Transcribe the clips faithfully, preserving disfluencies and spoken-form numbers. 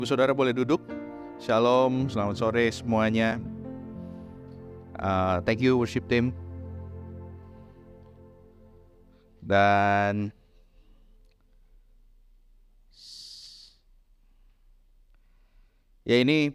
Saudara boleh duduk. Shalom, selamat sore semuanya. Uh, thank you worship team. Dan ya ini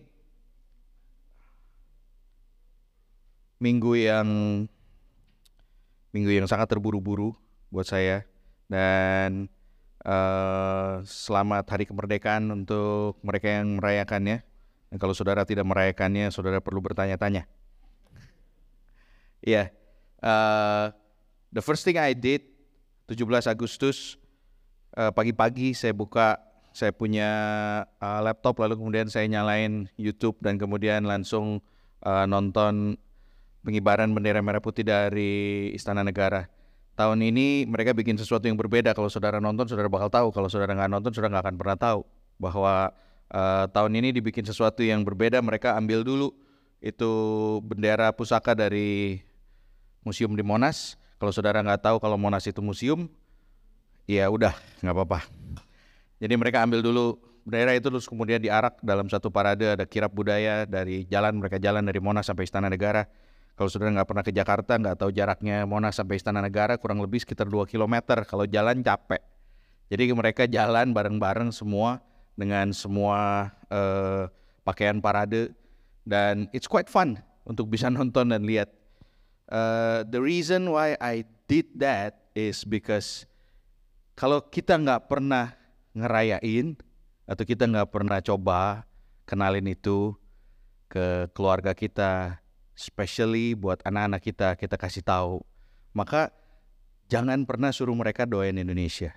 minggu yang minggu yang sangat terburu-buru buat saya. Dan uh, selamat Hari Kemerdekaan untuk mereka yang merayakannya. Dan kalau saudara tidak merayakannya, saudara perlu bertanya-tanya. Iya, yeah. uh, the first thing I did tujuh belas Agustus uh, pagi-pagi saya buka, saya punya uh, laptop, lalu kemudian saya nyalain YouTube dan kemudian langsung uh, nonton pengibaran bendera merah putih dari Istana Negara. Tahun ini mereka bikin sesuatu yang berbeda. Kalau saudara nonton, saudara bakal tahu. Kalau saudara nggak nonton, saudara nggak akan pernah tahu bahwa uh, tahun ini dibikin sesuatu yang berbeda. Mereka ambil dulu itu bendera pusaka dari museum di Monas. Kalau saudara nggak tahu kalau Monas itu museum, ya udah nggak apa-apa. Jadi mereka ambil dulu bendera itu, terus kemudian diarak dalam satu parade. Ada kirap budaya dari jalan, mereka jalan dari Monas sampai Istana Negara. Kalau saudara nggak pernah ke Jakarta, nggak tahu jaraknya Monas sampai Istana Negara, kurang lebih sekitar dua kilometer. Kalau jalan capek. Jadi mereka jalan bareng-bareng semua dengan semua uh, pakaian parade. Dan it's quite fun untuk bisa nonton dan lihat. Uh, the reason why I did that is because kalau kita nggak pernah ngerayain atau kita nggak pernah coba kenalin itu ke keluarga kita, especially buat anak-anak kita, kita kasih tahu, maka jangan pernah suruh mereka doain Indonesia.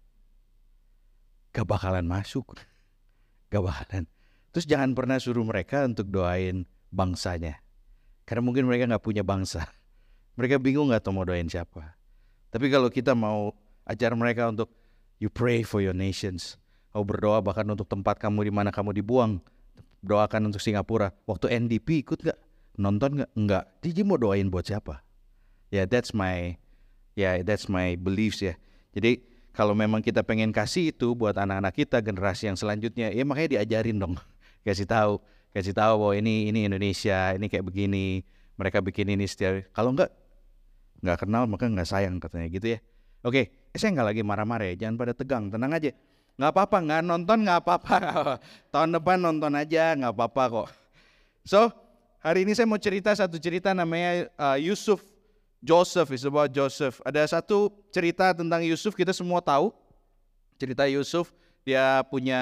Gak bakalan masuk. Gak bakalan. Terus jangan pernah suruh mereka untuk doain bangsanya. Karena mungkin mereka gak punya bangsa. Mereka bingung gak tahu mau doain siapa. Tapi kalau kita mau ajar mereka untuk you pray for your nations. Kau berdoa bahkan untuk tempat kamu di mana kamu dibuang. Doakan untuk Singapura. Waktu N D P ikut gak? Nonton nggak? Enggak. Dia mau doain buat siapa? Ya, yeah, that's my, ya yeah, that's my beliefs ya. Jadi kalau memang kita pengen kasih itu buat anak-anak kita, generasi yang selanjutnya, ya makanya diajarin dong, kasih tahu, kasih tahu bahwa ini ini Indonesia, ini kayak begini, mereka bikin ini setiap. Kalau enggak, nggak kenal maka nggak sayang katanya gitu ya. Oke, saya nggak lagi marah-marah ya, jangan pada tegang, tenang aja. Nggak apa-apa, nggak nonton nggak apa-apa. Tahun depan nonton aja, nggak apa-apa kok. So hari ini saya mau cerita satu cerita namanya uh, Yusuf, Joseph, is about Joseph. Ada satu cerita tentang Yusuf, kita semua tahu. Cerita Yusuf, dia punya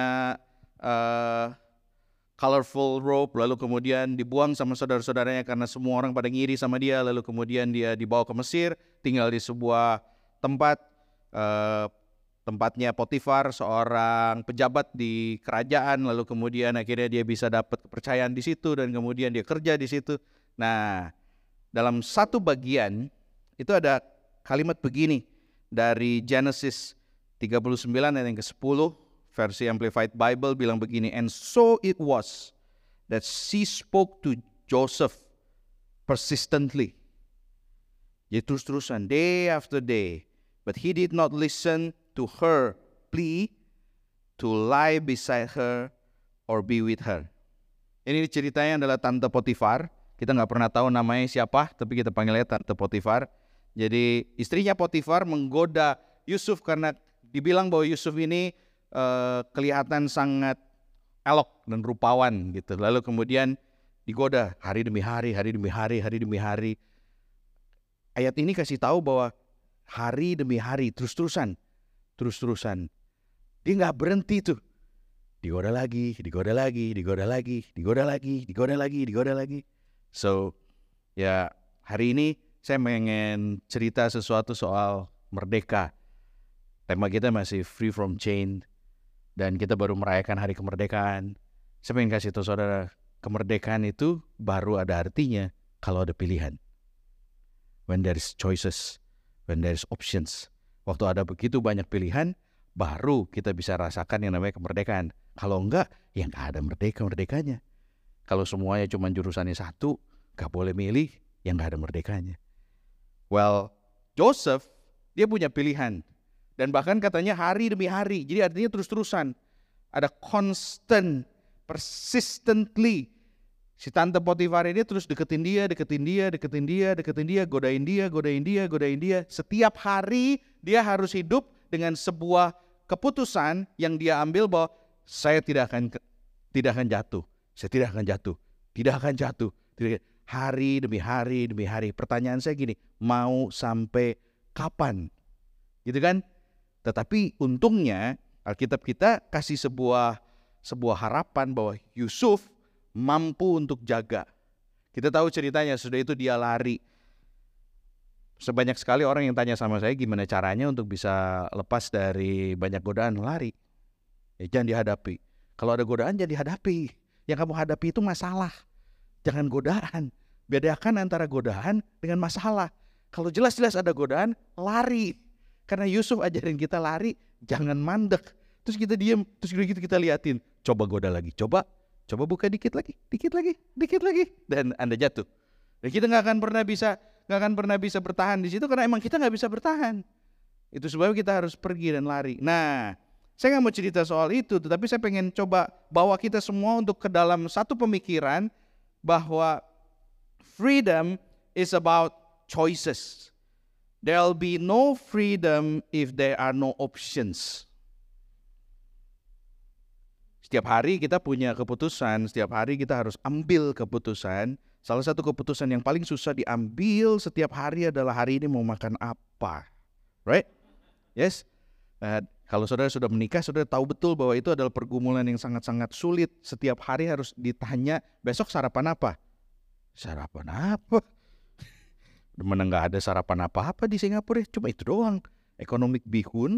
uh, colorful robe, lalu kemudian dibuang sama saudara-saudaranya karena semua orang pada ngiri sama dia. Lalu kemudian dia dibawa ke Mesir, tinggal di sebuah tempat, uh, tempatnya Potifar, seorang pejabat di kerajaan, lalu kemudian akhirnya dia bisa dapat kepercayaan di situ dan kemudian dia kerja di situ. Nah, dalam satu bagian itu ada kalimat begini dari Genesis tiga puluh sembilan ayat yang kesepuluh, versi Amplified Bible bilang begini, and so it was that she spoke to Joseph persistently. Jadi terus-terusan, day after day, but he did not listen to her plea to lie beside her or be with her. Ini ceritanya adalah Tante Potifar. Kita nggak pernah tahu namanya siapa, tapi kita panggilnya Tante Potifar. Jadi istrinya Potifar menggoda Yusuf karena dibilang bahwa Yusuf ini uh, kelihatan sangat elok dan rupawan gitu. Lalu kemudian digoda hari demi hari, hari demi hari, hari demi hari. Ayat ini kasih tahu bahwa hari demi hari terus-terusan. Terus-terusan. Dia gak berhenti tuh. Digoda lagi, digoda lagi, digoda lagi, digoda lagi, digoda lagi, digoda lagi. So, ya hari ini saya pengen cerita sesuatu soal merdeka. Tema kita masih free from chain. Dan kita baru merayakan hari kemerdekaan. Saya pengen kasih tahu saudara, kemerdekaan itu baru ada artinya kalau ada pilihan. When there is choices, when there is options. Waktu ada begitu banyak pilihan, baru kita bisa rasakan yang namanya kemerdekaan. Kalau enggak, ya enggak ada merdeka-merdekanya. Kalau semuanya cuma jurusannya satu, enggak boleh milih, ya enggak ada merdekanya. Well, Joseph, dia punya pilihan. Dan bahkan katanya hari demi hari. Jadi artinya terus-terusan. Ada constant persistently. Si tante Potifar ini terus deketin dia, deketin dia, deketin dia, deketin dia, godain dia, godain dia, godain dia. Setiap hari dia harus hidup dengan sebuah keputusan yang dia ambil bahwa saya tidak akan tidak akan jatuh, saya tidak akan jatuh, tidak akan jatuh. Tidak, hari demi hari demi hari. Pertanyaan saya gini, mau sampai kapan? Gitu kan? Tetapi untungnya Alkitab kita kasih sebuah sebuah harapan bahwa Yusuf mampu untuk jaga. Kita tahu ceritanya, sudah itu dia lari. Sebanyak sekali orang yang tanya sama saya gimana caranya untuk bisa lepas dari banyak godaan. Lari. Ya, jangan dihadapi. Kalau ada godaan jangan dihadapi. Yang kamu hadapi itu masalah. Jangan godaan. Bedakan antara godaan dengan masalah. Kalau jelas-jelas ada godaan, lari. Karena Yusuf ajarin kita lari, jangan mandek. Terus kita diam, terus gitu kita liatin. Coba goda lagi, coba. Coba buka dikit lagi, dikit lagi, dikit lagi, dan Anda jatuh. Dan kita nggak akan pernah bisa, nggak akan pernah bisa bertahan di situ karena emang kita nggak bisa bertahan. Itu sebabnya kita harus pergi dan lari. Nah, saya nggak mau cerita soal itu, tetapi saya pengen coba bawa kita semua untuk ke dalam satu pemikiran bahwa freedom is about choices. There'll be no freedom if there are no options. Setiap hari kita punya keputusan, setiap hari kita harus ambil keputusan. Salah satu keputusan yang paling susah diambil setiap hari adalah hari ini mau makan apa. Right? Yes? Uh, kalau saudara sudah menikah, saudara tahu betul bahwa itu adalah pergumulan yang sangat-sangat sulit. Setiap hari harus ditanya, besok sarapan apa? Sarapan apa? Mana nggak ada sarapan apa-apa di Singapura, cuma itu doang. Economic bihun,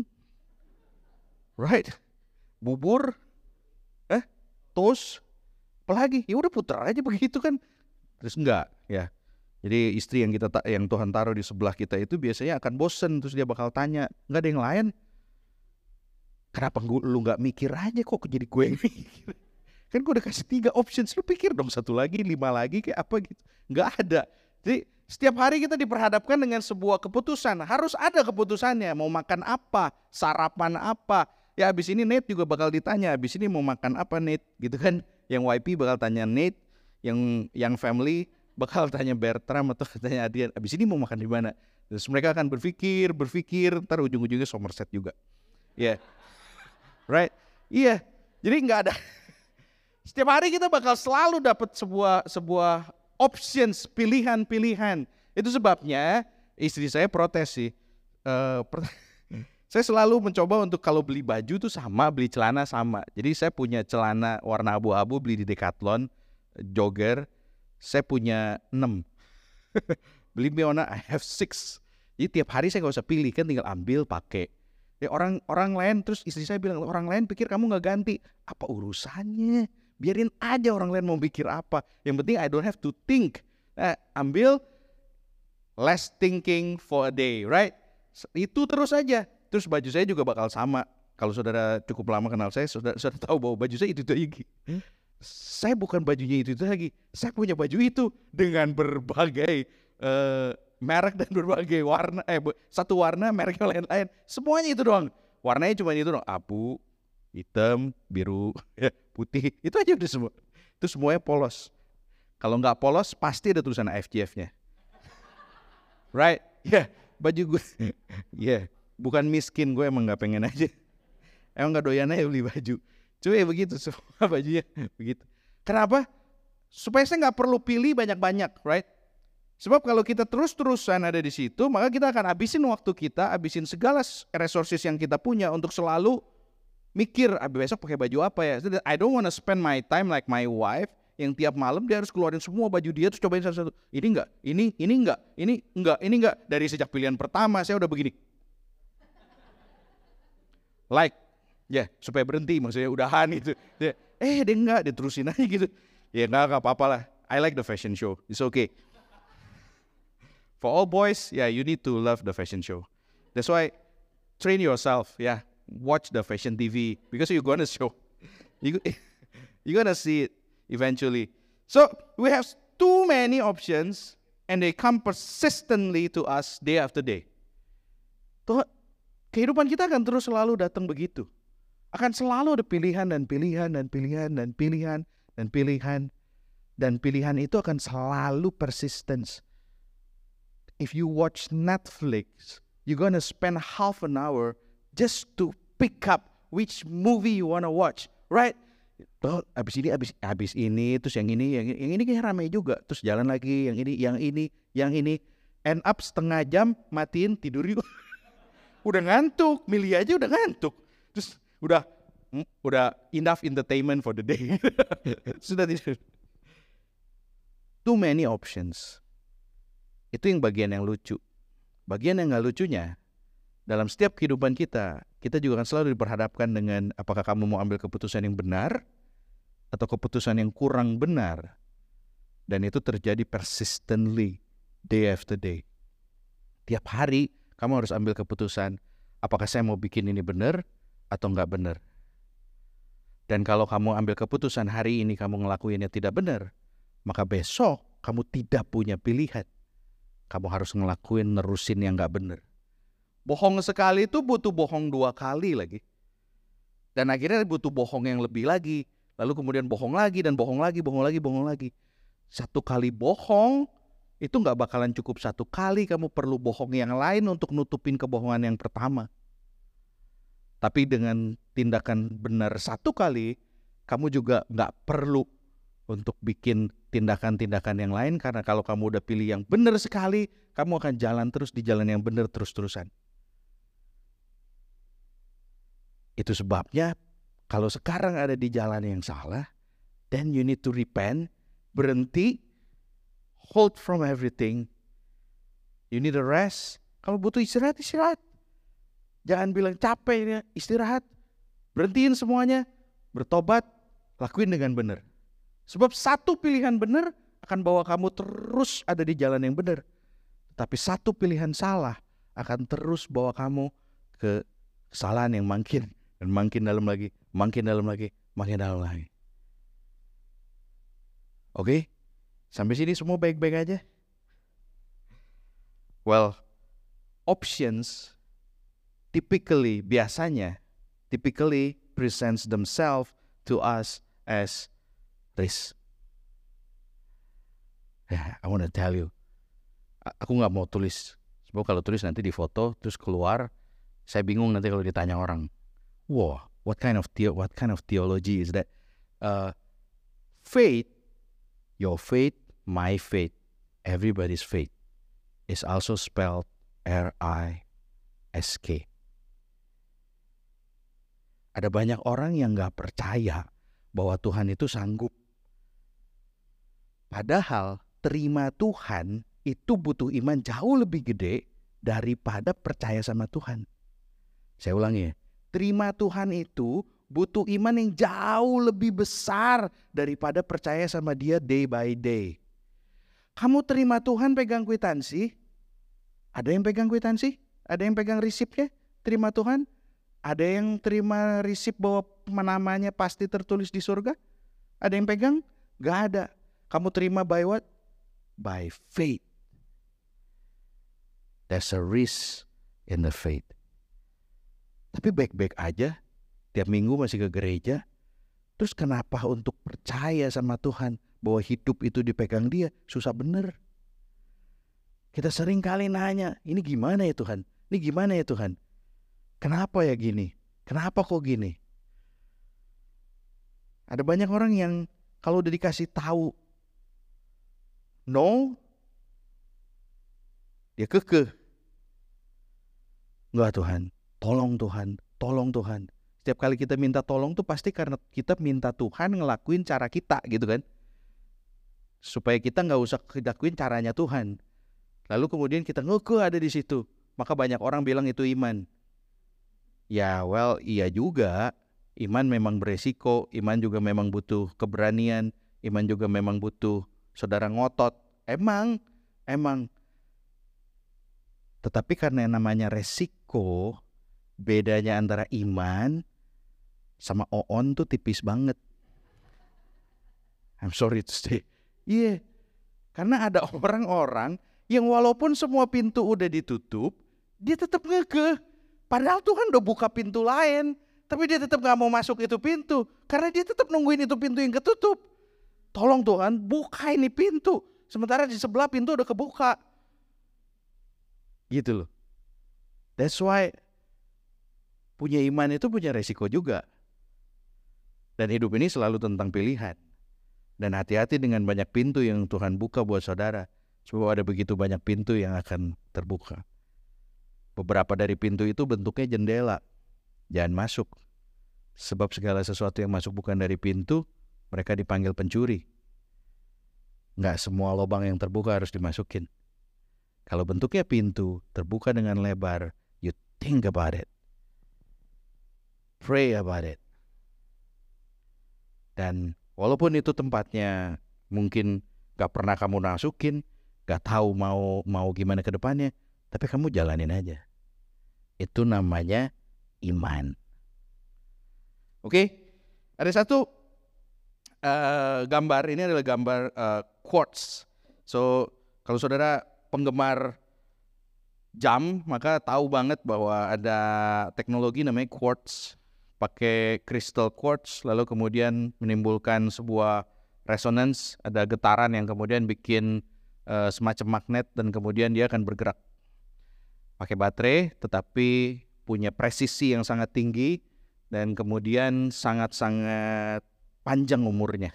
right? Bubur, eh, toast, apalagi? Ya udah putar aja begitu kan. Terus enggak, ya. Jadi istri yang kita yang Tuhan taruh di sebelah kita itu biasanya akan bosen, terus dia bakal tanya, nggak ada yang lain? Kenapa lu nggak mikir aja kok jadi gue yang mikir? Kan gue udah kasih tiga options, lu pikir dong satu lagi, lima lagi kayak apa gitu? Nggak ada. Jadi setiap hari kita diperhadapkan dengan sebuah keputusan. Harus ada keputusannya. Mau makan apa? Sarapan apa? Ya abis ini Nate juga bakal ditanya. Abis ini mau makan apa Nate? Gitu kan. Yang Y P bakal tanya Nate. Yang yang family bakal tanya Bertram atau tanya Adrian. Abis ini mau makan di mana? Terus mereka akan berpikir, berpikir. Ntar ujung-ujungnya Somerset juga. Ya. Yeah. Right? Iya. Yeah. Jadi nggak ada. Setiap hari kita bakal selalu dapat sebuah sebuah options, pilihan-pilihan. Itu sebabnya istri saya protes sih. Uh, saya selalu mencoba untuk kalau beli baju tuh sama, beli celana sama. Jadi saya punya celana warna abu-abu beli di Decathlon, jogger. Saya punya enam. Beli Miona, I have six. Jadi tiap hari saya nggak usah pilih, kan tinggal ambil, pakai. Ya, orang orang lain, terus istri saya bilang, orang lain pikir kamu nggak ganti. Apa urusannya? Biarin aja orang lain mau pikir apa. Yang penting I don't have to think. Nah, ambil less thinking for a day, right? Itu terus aja. Terus baju saya juga bakal sama. Kalau saudara cukup lama kenal saya, saudara, saudara tahu bahwa baju saya itu-itu lagi. Hmm? Saya bukan bajunya itu-itu lagi. Saya punya baju itu dengan berbagai uh, merek dan berbagai warna. Eh, satu warna, mereknya lain-lain. Semuanya itu doang. Warnanya cuma itu doang. Abu, hitam, biru, putih, itu aja udah semua. Itu semuanya polos. Kalau nggak polos, pasti ada tulisan F G F-nya. Right? Ya, yeah, baju gue. Ya, yeah. Bukan miskin, gue emang nggak pengen aja. Emang nggak doyan aja beli baju. Cuma ya begitu, semua bajunya begitu. Kenapa? Supaya saya nggak perlu pilih banyak-banyak, right? Sebab kalau kita terus-terusan ada di situ, maka kita akan habisin waktu kita, habisin segala resources yang kita punya untuk selalu mikir, ah, besok pakai baju apa ya? I don't wanna spend my time like my wife yang tiap malam dia harus keluarin semua baju dia terus cobain satu-satu. Ini enggak, ini, ini enggak, ini enggak, ini enggak. Dari sejak pilihan pertama saya udah begini. Like, ya yeah, supaya berhenti maksudnya udahan gitu. Dia, eh dia enggak, dia terusin aja gitu. Ya enggak, enggak apa-apa lah. I like the fashion show, it's okay. For all boys, yeah, you need to love the fashion show. That's why train yourself, yeah. Watch the fashion T V because you're gonna show, you you're gonna see it eventually. So we have too many options, and they come persistently to us day after day. Tuh, kehidupan kita akan terus selalu datang begitu. Akan selalu ada pilihan dan pilihan dan pilihan dan pilihan dan pilihan. Dan pilihan itu akan selalu persistence. If you watch Netflix, you're gonna spend half an hour just to pick up which movie you wanna watch, right? Oh, abis ini, abis, abis ini, terus yang ini, yang ini, yang ini kayak ramai juga. Terus jalan lagi, yang ini, yang ini, yang ini. End up setengah jam, matiin, tidur yuk. Udah ngantuk, milih aja udah ngantuk. Terus udah, udah enough entertainment for the day. Sudah tidur. Too many options. Itu yang bagian yang lucu. Bagian yang gak lucunya, dalam setiap kehidupan kita, kita juga akan selalu diperhadapkan dengan apakah kamu mau ambil keputusan yang benar atau keputusan yang kurang benar. Dan itu terjadi persistently, day after day. Tiap hari kamu harus ambil keputusan, apakah saya mau bikin ini benar atau gak benar. Dan kalau kamu ambil keputusan hari ini kamu ngelakuinnya tidak benar, maka besok kamu tidak punya pilihan. Kamu harus ngelakuin, nerusin yang gak benar. Bohong sekali itu butuh bohong dua kali lagi. Dan akhirnya butuh bohong yang lebih lagi. Lalu kemudian bohong lagi dan bohong lagi, bohong lagi, bohong lagi. Satu kali bohong, itu gak bakalan cukup satu kali. Kamu perlu bohong yang lain untuk nutupin kebohongan yang pertama. Tapi dengan tindakan benar satu kali, kamu juga gak perlu untuk bikin tindakan-tindakan yang lain, karena kalau kamu udah pilih yang benar sekali, kamu akan jalan terus di jalan yang benar terus-terusan. Itu sebabnya kalau sekarang ada di jalan yang salah, then you need to repent, berhenti, hold from everything. You need a rest. Kalau butuh istirahat, istirahat. Jangan bilang capek ya, istirahat. Berhentiin semuanya, bertobat, lakuin dengan benar. Sebab satu pilihan benar akan bawa kamu terus ada di jalan yang benar. Tapi satu pilihan salah akan terus bawa kamu ke kesalahan yang makin dan makin dalam lagi, makin dalam lagi, makin dalam lagi. Oke? Sampai sini semua baik-baik aja? Well, options typically, biasanya, typically presents themselves to us as risk. Yeah, I want to tell you. Aku gak mau tulis. Sebab kalau tulis nanti di foto terus keluar, saya bingung nanti kalau ditanya orang. Wow, what kind of the- what kind of theology is that? Uh, faith, your faith, my faith, everybody's faith is also spelled R I S K. Ada banyak orang yang gak percaya bahwa Tuhan itu sanggup. Padahal terima Tuhan itu butuh iman jauh lebih gede daripada percaya sama Tuhan. Saya ulangi ya. Terima Tuhan itu butuh iman yang jauh lebih besar daripada percaya sama Dia day by day. Kamu terima Tuhan pegang kwitansi? Ada yang pegang kwitansi? Ada yang pegang resipnya? Terima Tuhan? Ada yang terima resip bahwa namanya pasti tertulis di surga? Ada yang pegang? Gak ada. Kamu terima by what? By faith. There's a risk in the faith. Tapi baik-baik aja, tiap minggu masih ke gereja. Terus kenapa untuk percaya sama Tuhan bahwa hidup itu dipegang Dia susah bener? Kita sering kali nanya, ini gimana ya Tuhan? Ini gimana ya Tuhan? Kenapa ya gini? Kenapa kok gini? Ada banyak orang yang kalau udah dikasih tahu no, dia kekeh. Enggak Tuhan, tolong Tuhan, tolong Tuhan. Setiap kali kita minta tolong tuh pasti karena kita minta Tuhan ngelakuin cara kita gitu kan. Supaya kita gak usah ngelakuin caranya Tuhan. Lalu kemudian kita ngekeh ada di situ. Maka banyak orang bilang itu iman. Ya well iya juga. Iman memang beresiko. Iman juga memang butuh keberanian. Iman juga memang butuh saudara ngotot. Emang, emang. Tetapi karena yang namanya resiko, bedanya antara iman sama oon tuh tipis banget. I'm sorry to say. Iya, yeah. Karena ada orang-orang yang walaupun semua pintu udah ditutup, dia tetap ngekeh. Padahal Tuhan udah buka pintu lain. Tapi dia tetap gak mau masuk itu pintu. Karena dia tetap nungguin itu pintu yang ketutup. Tolong Tuhan, buka ini pintu. Sementara di sebelah pintu udah kebuka. Gitu loh. That's why punya iman itu punya resiko juga. Dan hidup ini selalu tentang pilihan. Dan hati-hati dengan banyak pintu yang Tuhan buka buat saudara. Sebab ada begitu banyak pintu yang akan terbuka. Beberapa dari pintu itu bentuknya jendela. Jangan masuk. Sebab segala sesuatu yang masuk bukan dari pintu, mereka dipanggil pencuri. Nggak semua lubang yang terbuka harus dimasukin. Kalau bentuknya pintu, terbuka dengan lebar, you think about it. Pray about it. Dan walaupun itu tempatnya mungkin nggak pernah kamu masukin, nggak tahu mau mau gimana ke depannya, tapi kamu jalanin aja. Itu namanya iman. Oke, ada satu uh, gambar, ini adalah gambar uh, quartz. So, kalau saudara penggemar jam, maka tahu banget bahwa ada teknologi namanya quartz. Pakai crystal quartz, lalu kemudian menimbulkan sebuah resonance, ada getaran yang kemudian bikin uh, semacam magnet dan kemudian dia akan bergerak. Pakai baterai, tetapi punya presisi yang sangat tinggi dan kemudian sangat-sangat panjang umurnya.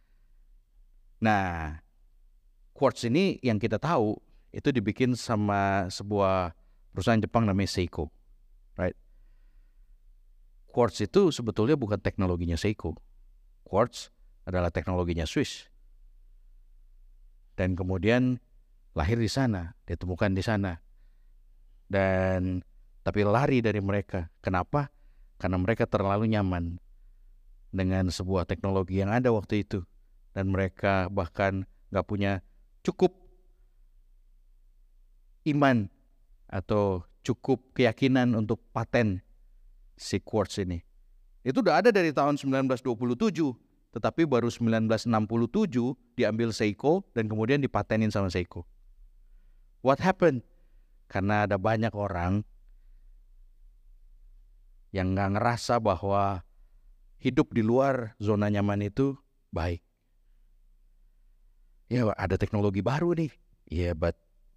Nah, quartz ini yang kita tahu itu dibikin sama sebuah perusahaan Jepang namanya Seiko, right? Quartz itu sebetulnya bukan teknologinya Seiko. Quartz adalah teknologinya Swiss. Dan kemudian lahir di sana, ditemukan di sana. Dan tapi lari dari mereka. Kenapa? Karena mereka terlalu nyaman dengan sebuah teknologi yang ada waktu itu. Dan mereka bahkan gak punya cukup iman atau cukup keyakinan untuk paten si quartz ini. Itu udah ada dari tahun sembilan belas dua puluh tujuh. Tetapi baru sembilan belas enam puluh tujuh diambil Seiko dan kemudian dipatenin sama Seiko. What happened? Karena ada banyak orang yang gak ngerasa bahwa hidup di luar zona nyaman itu baik. Ya ada teknologi baru nih. Ya yeah, but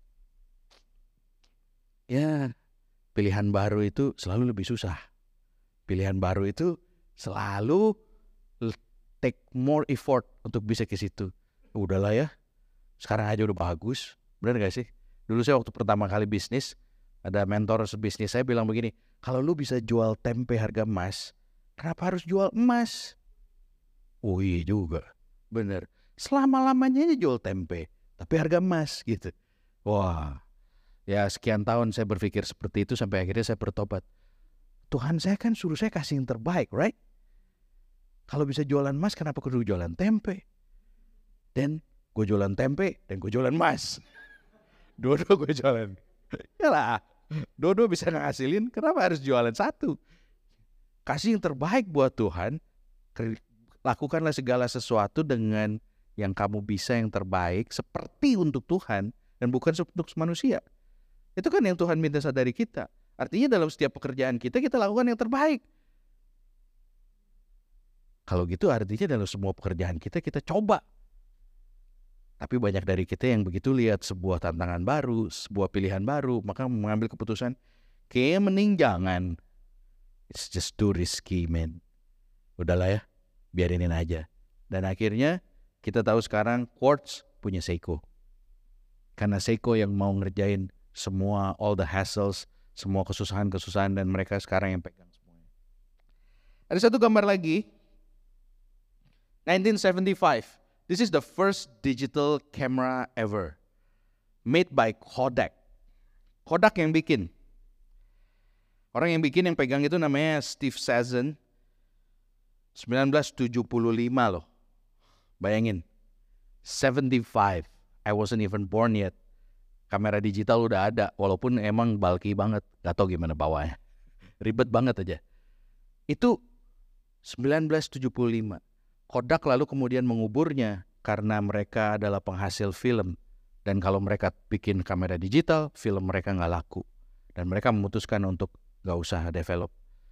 ya yeah, pilihan baru itu selalu lebih susah. Pilihan baru itu selalu take more effort untuk bisa ke situ. Udahlah ya, sekarang aja udah bagus. Benar gak sih? Dulu saya waktu pertama kali bisnis, ada mentor sebisnis saya bilang begini, kalau lu bisa jual tempe harga emas, kenapa harus jual emas? Oh iya juga, bener. Selama-lamanya aja jual tempe, tapi harga emas gitu. Wah, ya sekian tahun saya berpikir seperti itu sampai akhirnya saya bertobat. Tuhan saya kan suruh saya kasih yang terbaik, right? Kalau bisa jualan emas, kenapa kudu jualan tempe? Dan gue jualan tempe, dan gue jualan emas. Dua-dua gue jualan. Yalah, dua-dua bisa ngasilin, kenapa harus jualan satu? Kasih yang terbaik buat Tuhan. Lakukanlah segala sesuatu dengan yang kamu bisa yang terbaik, seperti untuk Tuhan, dan bukan untuk manusia. Itu kan yang Tuhan minta dari kita. Artinya dalam setiap pekerjaan kita, kita lakukan yang terbaik. Kalau gitu artinya dalam semua pekerjaan kita, kita coba. Tapi banyak dari kita yang begitu lihat sebuah tantangan baru, sebuah pilihan baru, maka mengambil keputusan, kayaknya mending jangan. It's just too risky, man. Udahlah ya, biarinin aja. Dan akhirnya kita tahu sekarang Quartz punya Seiko. Karena Seiko yang mau ngerjain semua, all the hassles, semua kesusahan-kesusahan, dan mereka sekarang yang pegang semuanya. Ada satu gambar lagi. nineteen seventy-five. This is the first digital camera ever. Made by Kodak. Kodak yang bikin. Orang yang bikin, yang pegang itu namanya Steve Sazon. sembilan belas tujuh puluh lima loh. Bayangin. seventy-five. I wasn't even born yet. Kamera digital udah ada. Walaupun emang bulky banget. Gak tau gimana bawanya. Ribet banget aja. Itu sembilan belas tujuh puluh lima. Kodak lalu kemudian menguburnya karena mereka adalah penghasil film. Dan kalau mereka bikin kamera digital, film mereka gak laku. Dan mereka memutuskan untuk gak usah develop.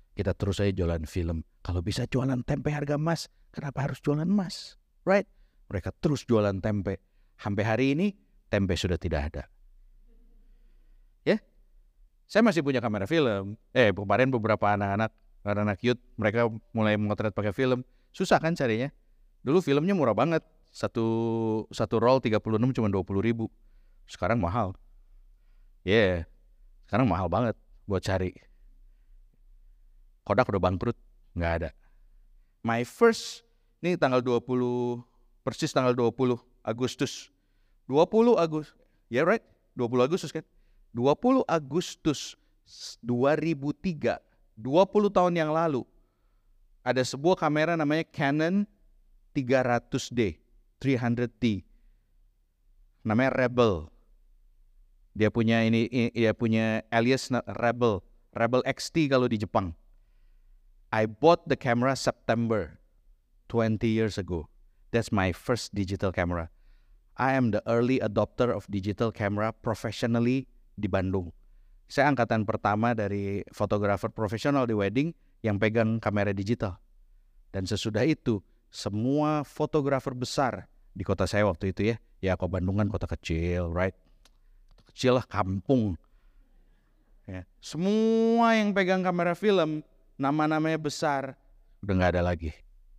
Kita terus aja jualan film. Kalau bisa jualan tempe harga emas, kenapa harus jualan emas? Right? Mereka terus jualan tempe. Sampai hari ini, tempe sudah tidak ada. Ya, yeah? Saya masih punya kamera film. Eh, kemarin beberapa anak-anak, anak-anak youth, mereka mulai memotret pakai film. Susah kan carinya? Dulu filmnya murah banget. Satu, satu roll tiga puluh enam cuma dua puluh ribu. Sekarang mahal. Ya, yeah. Sekarang mahal banget buat cari. Kodak udah bangkrut, nggak ada. My first, ini tanggal dua puluh, persis tanggal dua puluh Agustus. dua puluh Agustus, ya yeah, right? dua puluh Agustus kan? dua puluh Agustus dua ribu tiga, dua puluh tahun yang lalu, ada sebuah kamera namanya Canon tiga ratus D, tiga ratus D. Namanya Rebel. Dia punya ini, dia punya alias Rebel, Rebel X T kalau di Jepang. I bought the camera September twenty years ago. That's my first digital camera. I am the early adopter of digital camera professionally di Bandung. Saya angkatan pertama dari fotografer profesional di wedding yang pegang kamera digital. Dan sesudah itu, semua fotografer besar di kota saya waktu itu ya, ya kok Bandung kan kota kecil, right? Kota kecil lah, kampung. Ya. Semua yang pegang kamera film, nama-namanya besar, udah gak ada lagi.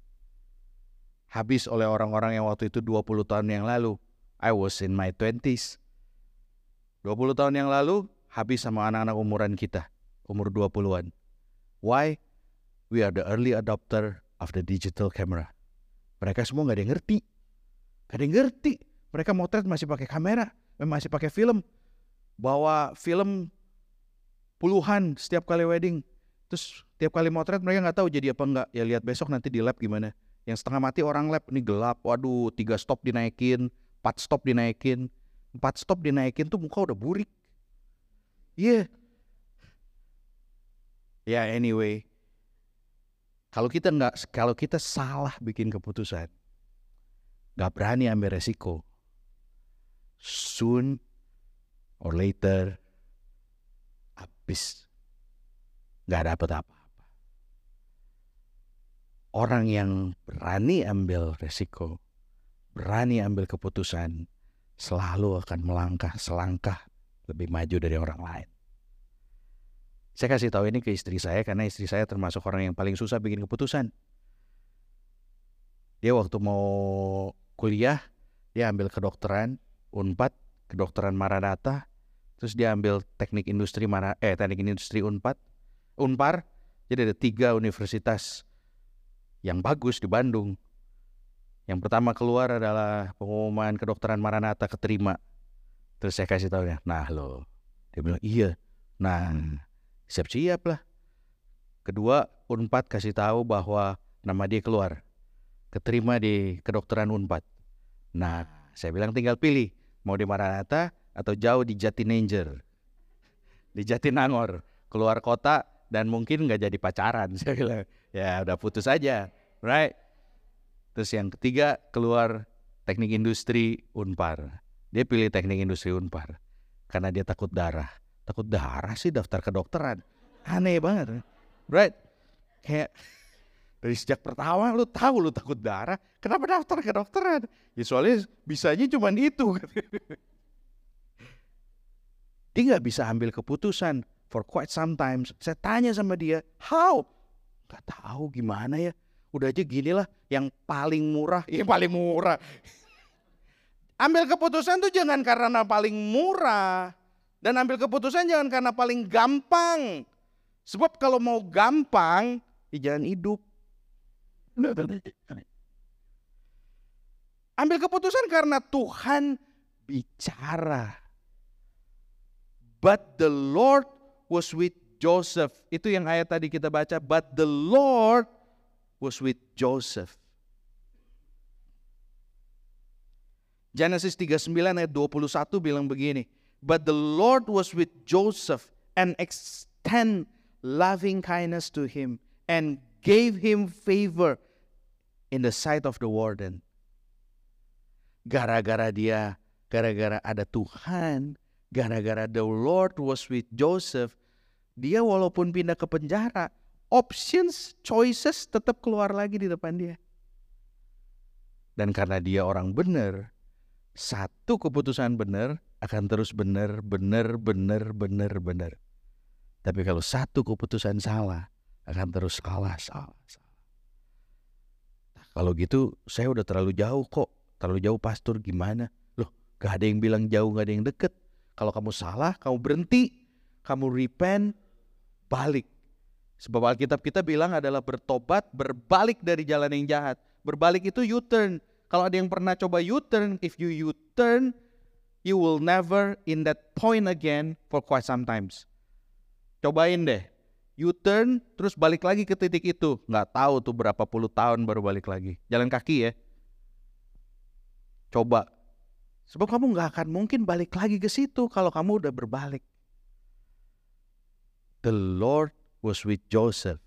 Habis oleh orang-orang yang waktu itu dua puluh tahun yang lalu. I was in my twenties. dua puluh tahun yang lalu, habis sama anak-anak umuran kita, umur dua puluhan. Why? We are the early adopter of the digital camera. Mereka semua gak ada yang ngerti. Gak ada yang ngerti. Mereka motret masih pakai kamera, masih pakai film. Bawa film puluhan setiap kali wedding. Terus tiap kali motret mereka gak tahu jadi apa enggak. Ya lihat besok nanti di lab gimana. Yang setengah mati orang lab, ini gelap. Waduh, tiga stop dinaikin, empat stop dinaikin. Empat stop dinaikin tuh muka udah burik. Iya. Yeah. Ya anyway. Kalau kita nggak, kalau kita salah bikin keputusan, nggak berani ambil resiko, soon or later, habis, nggak dapet apa-apa. Orang yang berani ambil resiko, berani ambil keputusan, selalu akan melangkah selangkah lebih maju dari orang lain. Saya kasih tahu ini ke istri saya karena istri saya termasuk orang yang paling susah bikin keputusan. Dia waktu mau kuliah, dia ambil kedokteran Unpad, kedokteran Maranatha, terus dia ambil teknik industri Mara, eh teknik industri Unpad, Unpar. Jadi ada tiga universitas yang bagus di Bandung. Yang pertama keluar adalah pengumuman kedokteran Maranatha keterima. Terus saya kasih tahu ya, nah lo, dia bilang iya, nah siap-siap lah. Kedua, Unpad kasih tahu bahwa nama dia keluar, keterima di kedokteran Unpad. Nah, saya bilang tinggal pilih, mau di Maranatha atau jauh di Jatinangor, di Jatinangor, keluar kota dan mungkin nggak jadi pacaran. Saya bilang, ya udah putus aja, right? Terus yang ketiga keluar teknik industri Unpar. Dia pilih teknik industri Unpar karena dia takut darah. Takut darah sih daftar kedokteran. Aneh banget, right? Kayak dari sejak pertama lu tahu lu takut darah, kenapa daftar kedokteran? Ya soalnya bisanya cuma itu. Dia nggak bisa ambil keputusan for quite some time. Saya tanya sama dia, how? Gak tahu gimana ya. Udah aja gini lah, yang paling murah, yang paling murah. Ambil keputusan tuh jangan karena paling murah. Dan ambil keputusan jangan karena paling gampang. Sebab kalau mau gampang, ya jangan hidup. Ambil keputusan karena Tuhan bicara. But the Lord was with Joseph. Itu yang ayat tadi kita baca. But the Lord was with Joseph. Genesis tiga puluh sembilan ayat dua puluh satu bilang begini. But the Lord was with Joseph and extend loving kindness to him and gave him favor in the sight of the warden. Gara-gara dia, gara-gara ada Tuhan, gara-gara the Lord was with Joseph, dia walaupun pindah ke penjara, options, choices tetap keluar lagi di depan dia. Dan karena dia orang benar, satu keputusan benar akan terus benar, benar, benar, benar, benar. Tapi kalau satu keputusan salah, akan terus salah, salah, salah. Nah, kalau gitu saya udah terlalu jauh kok. Terlalu jauh pastor, gimana? Loh, gak ada yang bilang jauh, gak ada yang deket. Kalau kamu salah, kamu berhenti, kamu repent, balik. Sebab Alkitab kita bilang adalah bertobat, berbalik dari jalan yang jahat. Berbalik itu U-turn. Kalau ada yang pernah coba U-turn, if you U-turn, you will never in that point again for quite some times. Cobain deh, U-turn terus balik lagi ke titik itu. Nggak tahu tuh berapa puluh tahun baru balik lagi. Jalan kaki ya. Coba. Sebab kamu nggak akan mungkin balik lagi ke situ kalau kamu udah berbalik. The Lord was with Joseph.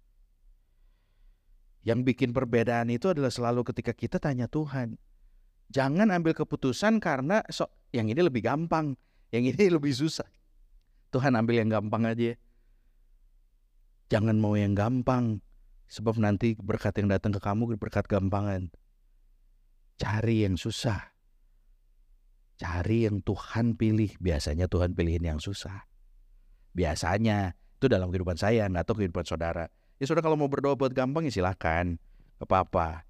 Yang bikin perbedaan itu adalah selalu ketika kita tanya Tuhan. Jangan ambil keputusan karena so, yang ini lebih gampang, yang ini lebih susah. Tuhan ambil yang gampang aja. Jangan mau yang gampang, sebab nanti berkat yang datang ke kamu berkat gampangan. Cari yang susah. Cari yang Tuhan pilih. Biasanya Tuhan pilihin yang susah. Biasanya, itu dalam kehidupan saya, nggak tahu kehidupan saudara. Ya saudara kalau mau berdoa buat gampang ya silakan, gak apa-apa.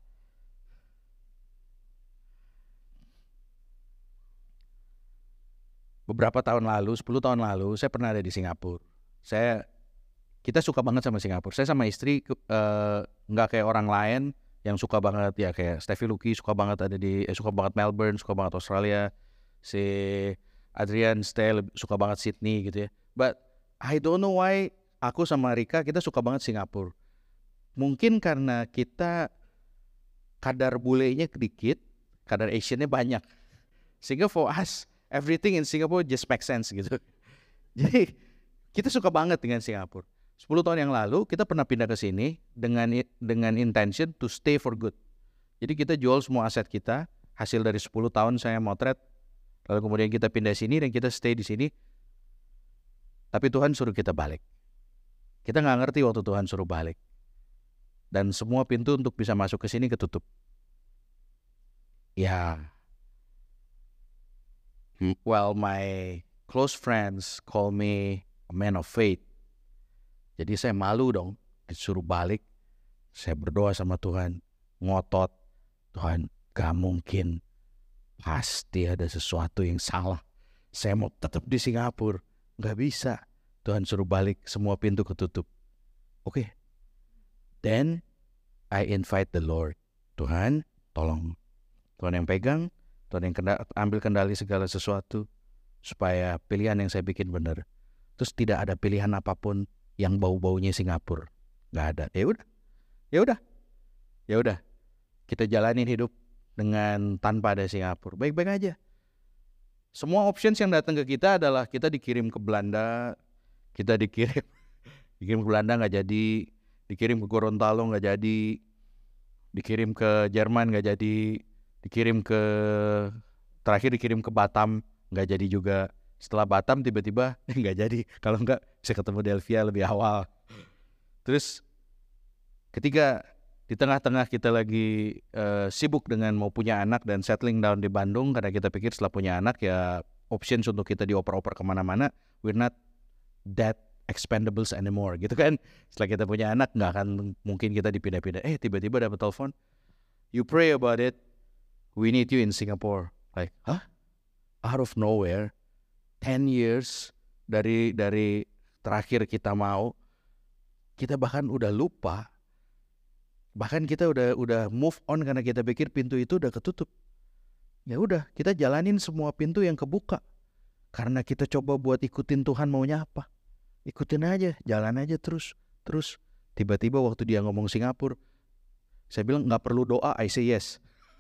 Beberapa tahun lalu, sepuluh tahun lalu, saya pernah ada di Singapura. Saya, kita suka banget sama Singapura. Saya sama istri uh, nggak kayak orang lain yang suka banget ya kayak Steffi Luki suka banget ada di, eh, suka banget Melbourne, suka banget Australia. Si Adrian Stell suka banget Sydney gitu ya. But I don't know why aku sama Rika kita suka banget Singapura. Mungkin karena kita kadar bulenya sedikit, kadar Asiannya banyak. Sehingga for us everything in Singapore just makes sense gitu. Jadi kita suka banget dengan Singapura. sepuluh tahun yang lalu kita pernah pindah ke sini dengan dengan intention to stay for good. Jadi kita jual semua aset kita, hasil dari sepuluh tahun saya motret, lalu kemudian kita pindah sini dan kita stay di sini. Tapi Tuhan suruh kita balik. Kita nggak ngerti waktu Tuhan suruh balik. Dan semua pintu untuk bisa masuk ke sini ketutup. Ya. Well, my close friends call me a man of faith. Jadi saya malu dong disuruh balik. Saya berdoa sama Tuhan, ngotot. Tuhan, gak mungkin. Pasti ada sesuatu yang salah. Saya mau tetap di Singapura. Gak bisa. Tuhan suruh balik, semua pintu ketutup. Oke. Okay. Then, I invite the Lord. Tuhan, tolong. Tuhan yang pegang, Tuhan yang kenda- ambil kendali segala sesuatu. Supaya pilihan yang saya bikin benar. Terus tidak ada pilihan apapun yang bau-baunya Singapura. Gak ada. Ya udah. Ya udah. Ya udah. Kita jalanin hidup dengan tanpa ada Singapura. Baik-baik aja. Semua options yang datang ke kita adalah kita dikirim ke Belanda, kita dikirim dikirim ke Belanda nggak jadi, dikirim ke Gorontalo nggak jadi, dikirim ke Jerman nggak jadi, dikirim ke terakhir dikirim ke Batam nggak jadi juga. Setelah Batam tiba-tiba nggak jadi. Kalau nggak bisa ketemu Delvia lebih awal. Terus ketika di tengah-tengah kita lagi uh, sibuk dengan mau punya anak dan settling down di Bandung karena kita pikir setelah punya anak ya options untuk kita dioper-oper kemana-mana, we're not that expendables anymore gitu kan. Setelah kita punya anak nggak akan mungkin kita dipindah-pindah. Eh tiba-tiba dapat telepon, you pray about it, we need you in Singapore. Like, huh? Out of nowhere, ten years dari dari terakhir kita mau, kita bahkan udah lupa. Bahkan kita udah udah move on karena kita pikir pintu itu udah ketutup. Ya udah, kita jalanin semua pintu yang kebuka. Karena kita coba buat ikutin Tuhan maunya apa. Ikutin aja, jalan aja terus. Terus tiba-tiba waktu dia ngomong Singapura, saya bilang nggak perlu doa, I say yes.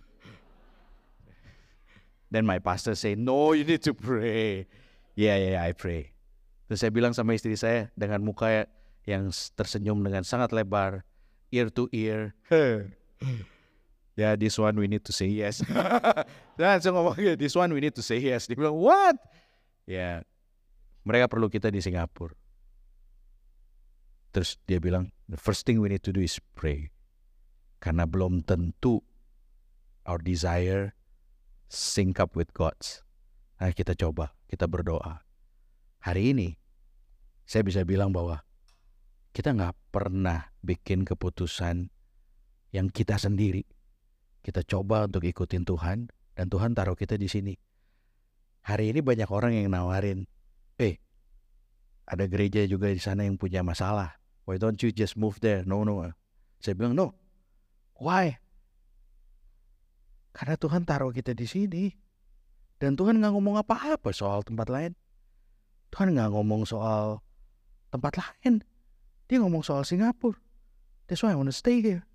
Then my pastor say, no, you need to pray. Yeah, yeah, yeah, I pray. Terus saya bilang sama istri saya dengan muka yang tersenyum dengan sangat lebar, ear to ear. Ya, yeah, this one we need to say yes. Dan saya ngomong, this one we need to say yes. Dia bilang, what? Ya, yeah, mereka perlu kita di Singapura. Terus dia bilang, the first thing we need to do is pray. Karena belum tentu our desire sync up with God's. Nah, kita coba, kita berdoa. Hari ini, saya bisa bilang bahwa kita nggak pernah bikin keputusan yang kita sendiri. Kita coba untuk ikutin Tuhan, dan Tuhan taruh kita di sini. Hari ini banyak orang yang nawarin, eh, ada gereja juga di sana yang punya masalah. Why don't you just move there? No, no. Saya bilang, no. Why? Karena Tuhan taruh kita di sini. Dan Tuhan nggak ngomong apa-apa soal tempat lain. Tuhan nggak ngomong soal tempat lain. Dia ngomong soal Singapura. That's why I want to stay here.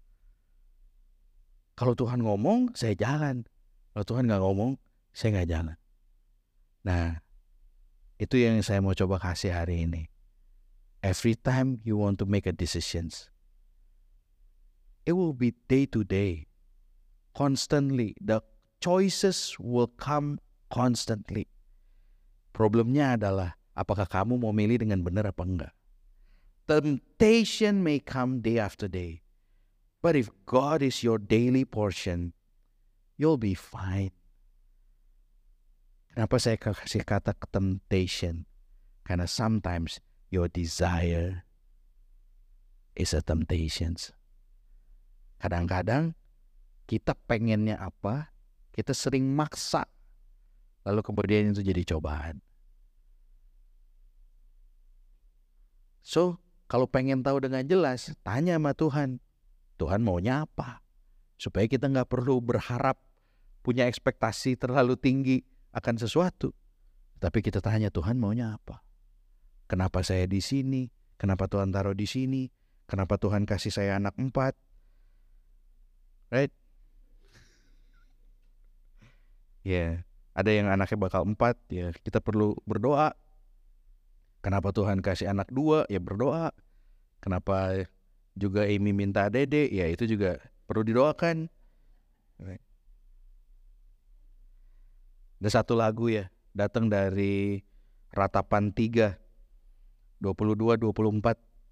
Kalau Tuhan ngomong, saya jalan. Kalau Tuhan nggak ngomong, saya nggak jalan. Nah, itu yang saya mau coba kasih hari ini. Every time you want to make a decisions, it will be day to day, constantly. The choices will come constantly. Problemnya adalah, apakah kamu mau milih dengan benar apa enggak? Temptation may come day after day. But if God is your daily portion, you'll be fine. Kenapa saya kasih kata temptation? Karena sometimes your desire is a temptation. Kadang-kadang kita pengennya apa, kita sering maksa, lalu kemudian itu jadi cobaan. So, kalau pengen tahu dengan jelas, tanya sama Tuhan. Tuhan maunya apa? Supaya kita nggak perlu berharap, punya ekspektasi terlalu tinggi akan sesuatu. Tapi kita tanya, Tuhan maunya apa? Kenapa saya di sini? Kenapa Tuhan taruh di sini? Kenapa Tuhan kasih saya anak empat? Right? Ya, yeah. Ada yang anaknya bakal empat, ya kita perlu berdoa. Kenapa Tuhan kasih anak dua? Ya berdoa. Kenapa juga Amy minta dede? Ya itu juga perlu didoakan. Right. Ada satu lagu ya, datang dari Ratapan tiga, dua puluh dua dua puluh empat.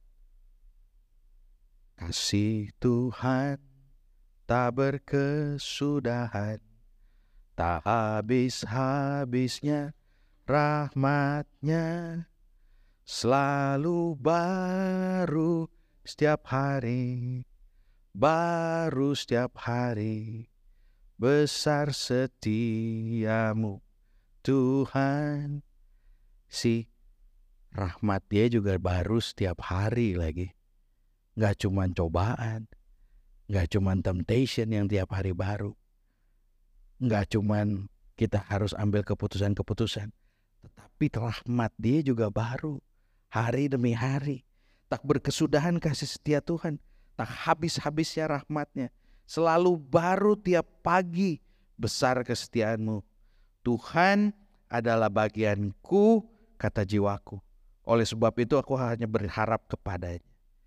Kasih Tuhan tak berkesudahan, tak habis-habisnya rahmat-Nya, selalu baru setiap hari, baru setiap hari, besar setiamu Tuhan. Si rahmat Dia juga baru setiap hari lagi. Gak cuman cobaan, gak cuman temptation yang tiap hari baru, gak cuman kita harus ambil keputusan-keputusan, tetapi rahmat Dia juga baru hari demi hari. Tak berkesudahan kasih setia Tuhan, tak habis-habisnya rahmat-Nya, selalu baru tiap pagi, besar kesetiaan-Mu. Tuhan adalah bagianku, kata jiwaku. Oleh sebab itu aku hanya berharap kepada-Nya.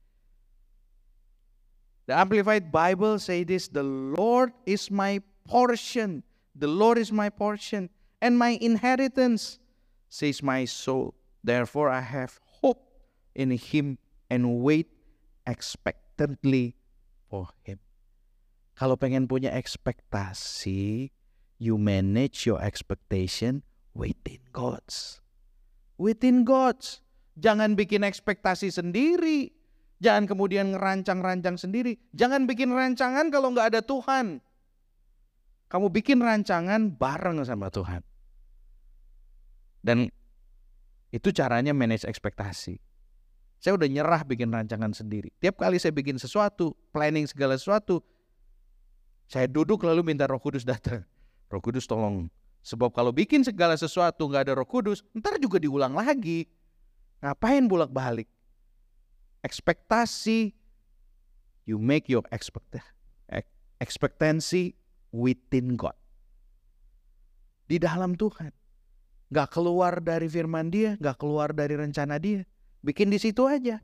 The Amplified Bible say this, the Lord is my portion, the Lord is my portion, and my inheritance, says my soul. Therefore I have hope in Him and wait expectantly for Him. Kalau pengen punya ekspektasi, you manage your expectation within God's. Within God's. Jangan bikin ekspektasi sendiri. Jangan kemudian ngerancang-rancang sendiri. Jangan bikin rancangan kalau nggak ada Tuhan. Kamu bikin rancangan bareng sama Tuhan. Dan itu caranya manage ekspektasi. Saya udah nyerah bikin rancangan sendiri. Tiap kali saya bikin sesuatu, planning segala sesuatu, saya duduk lalu minta Roh Kudus datang. Roh Kudus tolong. Sebab kalau bikin segala sesuatu gak ada Roh Kudus, ntar juga diulang lagi. Ngapain bolak-balik? Ekspektasi, you make your expect expectancy within God. Di dalam Tuhan. Gak keluar dari firman Dia, gak keluar dari rencana Dia. Bikin di situ aja.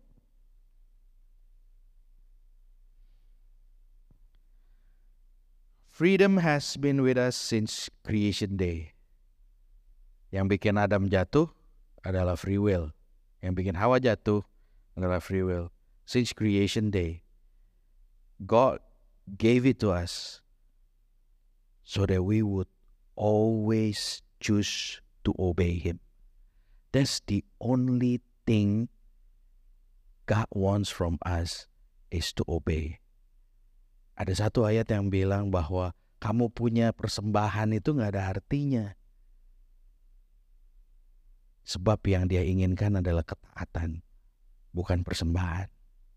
Freedom has been with us since creation day. Yang bikin Adam jatuh adalah free will. Yang bikin Hawa jatuh adalah free will. since creation day, God gave it to us so that we would always choose to obey Him. That's the only thing God wants from us is to obey. Ada satu ayat yang bilang bahwa kamu punya persembahan itu gak ada artinya. Sebab yang Dia inginkan adalah ketaatan, bukan persembahan.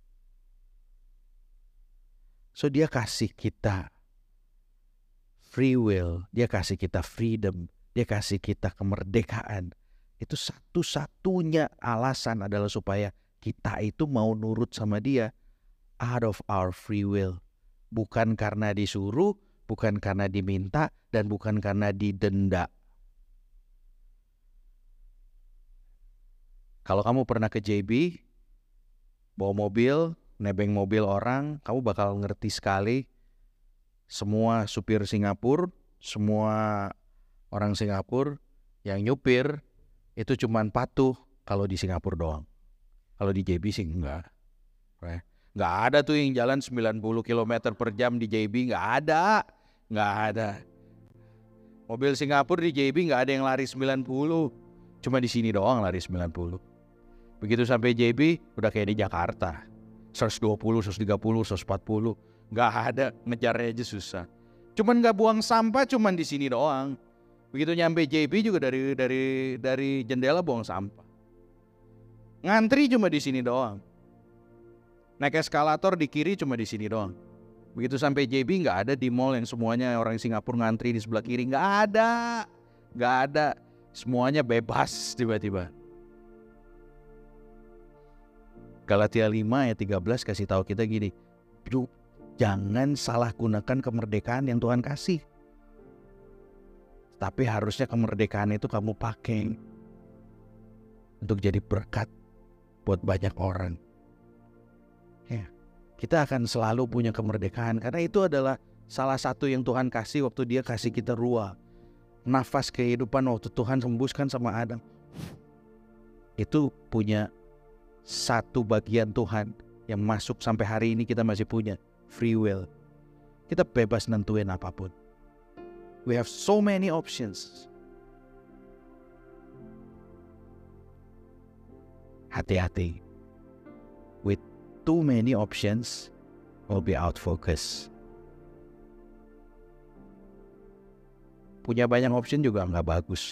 So Dia kasih kita free will, Dia kasih kita freedom, Dia kasih kita kemerdekaan. Itu satu-satunya alasan adalah supaya kita itu mau nurut sama Dia out of our free will. Bukan karena disuruh, bukan karena diminta, dan bukan karena didenda. Kalau kamu pernah ke J B, bawa mobil, nebeng mobil orang, kamu bakal ngerti sekali. Semua supir Singapura, semua orang Singapura yang nyupir itu cuman patuh kalau di Singapura doang. Kalau di J B sih enggak. Enggak ada tuh yang jalan sembilan puluh kilometer per jam di J B, enggak ada. Enggak ada. Mobil Singapura di J B enggak ada yang lari sembilan puluh. Cuma di sini doang lari sembilan puluh. Begitu sampai J B udah kayak di Jakarta. seratus dua puluh, seratus tiga puluh, seratus empat puluh. Enggak ada, ngejarnya aja susah. Cuman enggak buang sampah cuman di sini doang. Begitu nyampe J B juga dari dari dari jendela buang sampah. Ngantri cuma di sini doang. Naik eskalator di kiri cuma di sini doang. Begitu sampai J B nggak ada di mall yang semuanya orang Singapura ngantri di sebelah kiri, nggak ada, nggak ada. Semuanya bebas tiba-tiba. Galatia lima ayat tiga belas kasih tahu kita gini, jangan salah gunakan kemerdekaan yang Tuhan kasih. Tapi harusnya kemerdekaan itu kamu pakai untuk jadi berkat buat banyak orang. Ya, kita akan selalu punya kemerdekaan karena itu adalah salah satu yang Tuhan kasih waktu Dia kasih kita ruah. Nafas kehidupan waktu Tuhan hembuskan sama Adam. Itu punya satu bagian Tuhan yang masuk sampai hari ini kita masih punya free will. Kita bebas nentuin apapun. We have so many options. Hati-hati. With too many options, will be out focus. Punya banyak option juga nggak bagus.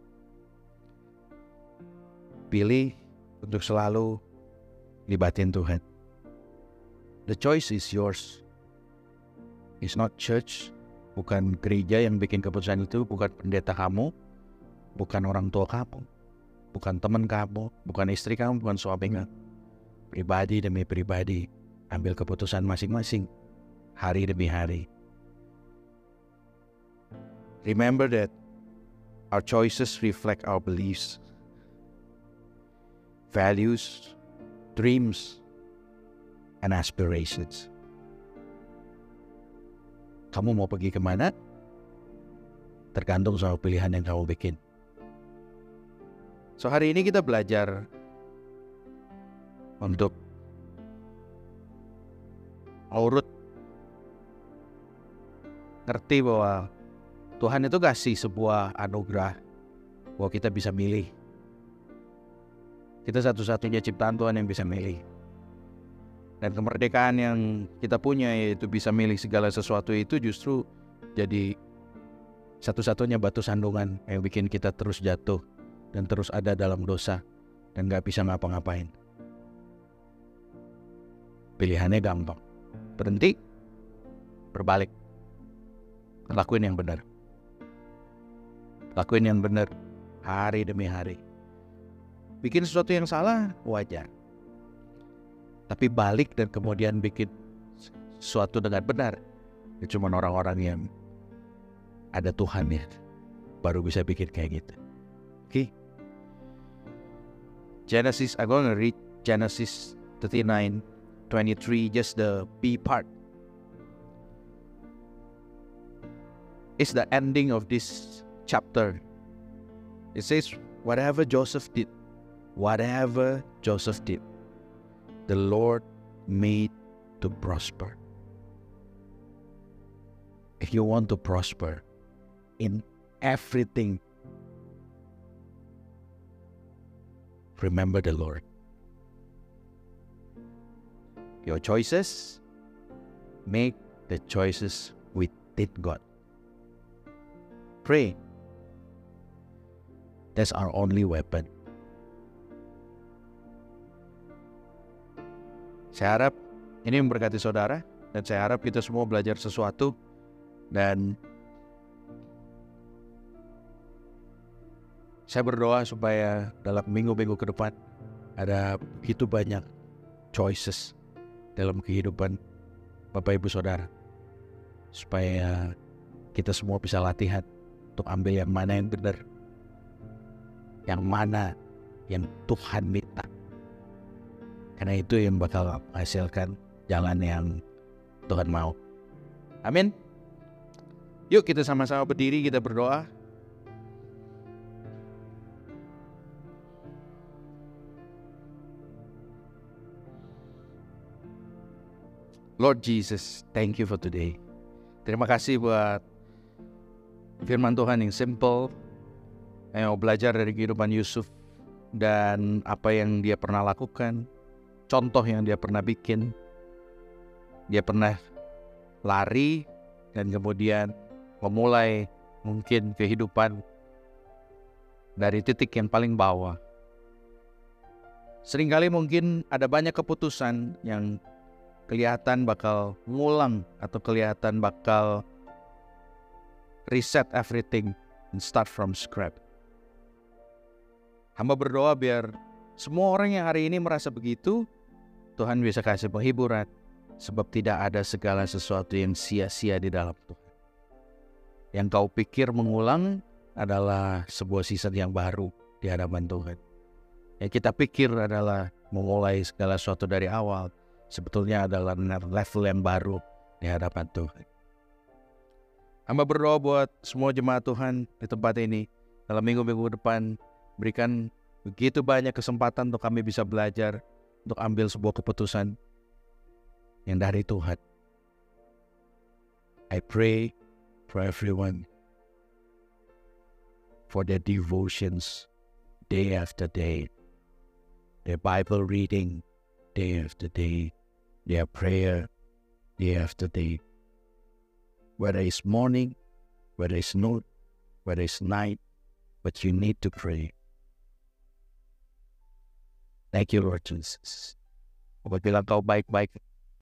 Pilih untuk selalu libatin Tuhan. The choice is yours. It's not church. Bukan gereja yang bikin keputusan itu, bukan pendeta kamu, bukan orang tua kamu, bukan teman kamu, bukan istri kamu, bukan suami kamu. Pribadi demi pribadi, ambil keputusan masing-masing, hari demi hari. Remember that our choices reflect our beliefs, values, dreams, and aspirations. Kamu mau pergi kemana? Tergantung sama pilihan yang kamu bikin. So hari ini kita belajar untuk urut, ngerti bahwa Tuhan itu kasih sebuah anugerah bahwa kita bisa milih. Kita satu-satunya ciptaan Tuhan yang bisa milih. Dan kemerdekaan yang kita punya yaitu bisa milih segala sesuatu itu justru jadi satu-satunya batu sandungan yang bikin kita terus jatuh dan terus ada dalam dosa dan gak bisa ngapa-ngapain. Pilihannya gampang. Berhenti, berbalik. Lakuin yang benar. Lakuin yang benar hari demi hari. Bikin sesuatu yang salah, wajar. Tapi balik dan kemudian bikin sesuatu dengan benar, itu cuma orang-orang yang ada Tuhan ya, baru bisa bikin kayak gitu. Oke. Okay. Genesis, I'm going to read Genesis thirty-nine, twenty-three, just the B part. It's the ending of this chapter. It says, whatever Joseph did, whatever Joseph did, the Lord made to prosper. If you want to prosper in everything, remember the Lord. Your choices, make the choices within God. Pray. That's our only weapon. Saya harap ini memberkati saudara, dan saya harap kita semua belajar sesuatu, dan saya berdoa supaya dalam minggu-minggu ke depan ada begitu banyak choices dalam kehidupan Bapak Ibu Saudara, supaya kita semua bisa latihan untuk ambil yang mana yang benar, yang mana yang Tuhan minta, karena itu yang bakal menghasilkan jalan yang Tuhan mau. Amin. Yuk kita sama-sama berdiri, kita berdoa. Lord Jesus, thank you for today. Terima kasih buat firman Tuhan yang simple, yang mau belajar dari kehidupan Yusuf dan apa yang dia pernah lakukan, contoh yang dia pernah bikin. Dia pernah lari dan kemudian memulai mungkin kehidupan dari titik yang paling bawah. Seringkali mungkin ada banyak keputusan yang kelihatan bakal ngulang atau kelihatan bakal reset everything and start from scratch. Hamba berdoa biar semua orang yang hari ini merasa begitu, Tuhan bisa kasih penghiburan, sebab tidak ada segala sesuatu yang sia-sia di dalam Tuhan. Yang kau pikir mengulang adalah sebuah season yang baru di hadapan Tuhan. Yang kita pikir adalah memulai segala sesuatu dari awal, sebetulnya adalah level yang baru di hadapan Tuhan. Hamba berdoa buat semua jemaat Tuhan di tempat ini, dalam minggu-minggu depan, berikan begitu banyak kesempatan untuk kami bisa belajar, untuk ambil sebuah keputusan yang dari Tuhan. I pray for everyone, for their devotions day after day, their Bible reading day after day, their prayer day after day. Whether it's morning, whether it's noon, whether it's night, but you need to pray. Thank you, Lord Jesus. Apabila kau baik-baik